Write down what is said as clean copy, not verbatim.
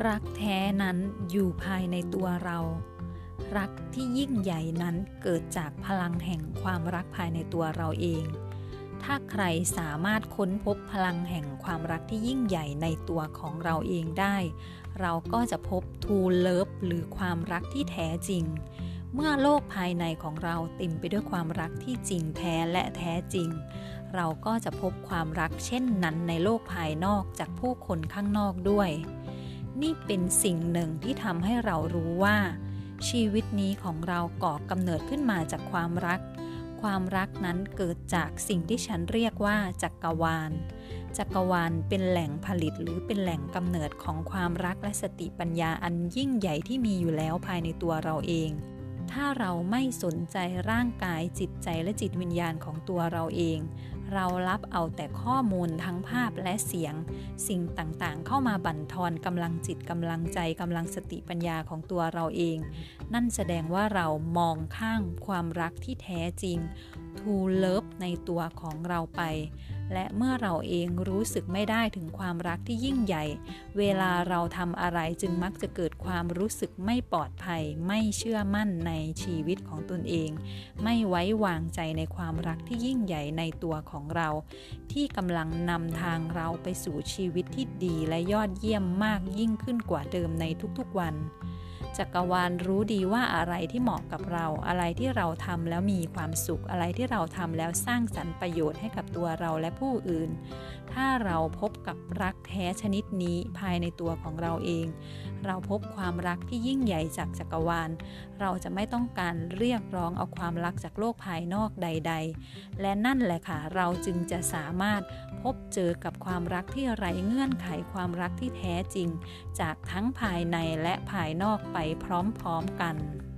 รักแท้นั้นอยู่ภายในตัวเรารักที่ยิ่งใหญ่นั้นเกิดจากพลังแห่งความรักภายในตัวเราเองถ้าใครสามารถค้นพบพลังแห่งความรักที่ยิ่งใหญ่ในตัวของเราเองได้เราก็จะพบ True Love หรือความรักที่แท้จริงเมื่อโลกภายในของเราเต็มไปด้วยความรักที่จริงแท้และแท้จริงเราก็จะพบความรักเช่นนั้นในโลกภายนอกจากผู้คนข้างนอกด้วยนี่เป็นสิ่งหนึ่งที่ทำให้เรารู้ว่าชีวิตนี้ของเราก่อกำเนิดขึ้นมาจากความรักนั้นเกิดจากสิ่งที่ฉันเรียกว่าจักรวาลเป็นแหล่งผลิตหรือเป็นแหล่งกำเนิดของความรักและสติปัญญาอันยิ่งใหญ่ที่มีอยู่แล้วภายในตัวเราเองถ้าเราไม่สนใจร่างกายจิตใจและจิตวิญญาณของตัวเราเองเรารับเอาแต่ข้อมูลทั้งภาพและเสียงสิ่งต่างๆเข้ามาบั่นทอนกำลังจิตกำลังใจกำลังสติปัญญาของตัวเราเองนั่นแสดงว่าเรามองข้ามความรักที่แท้จริง True Love ในตัวของเราไปและเมื่อเราเองรู้สึกไม่ได้ถึงความรักที่ยิ่งใหญ่เวลาเราทำอะไรจึงมักจะเกิดความรู้สึกไม่ปลอดภัยไม่เชื่อมั่นในชีวิตของตนเองไม่ไว้วางใจในความรักที่ยิ่งใหญ่ในตัวของเราที่กำลังนำทางเราไปสู่ชีวิตที่ดีและยอดเยี่ยมมากยิ่งขึ้นกว่าเดิมในทุกๆวันจักรวาลรู้ดีว่าอะไรที่เหมาะกับเราอะไรที่เราทำแล้วมีความสุขอะไรที่เราทำแล้วสร้างสรรค์ประโยชน์ให้กับตัวเราและผู้อื่นถ้าเราพบกับรักแท้ชนิดนี้ภายในตัวของเราเองเราพบความรักที่ยิ่งใหญ่จากจักรวาลเราจะไม่ต้องการเรียกร้องเอาความรักจากโลกภายนอกใดๆและนั่นแหละค่ะเราจึงจะสามารถพบเจอกับความรักที่ไร้เงื่อนไขความรักที่แท้จริงจากทั้งภายในและภายนอกไปพร้อมๆกัน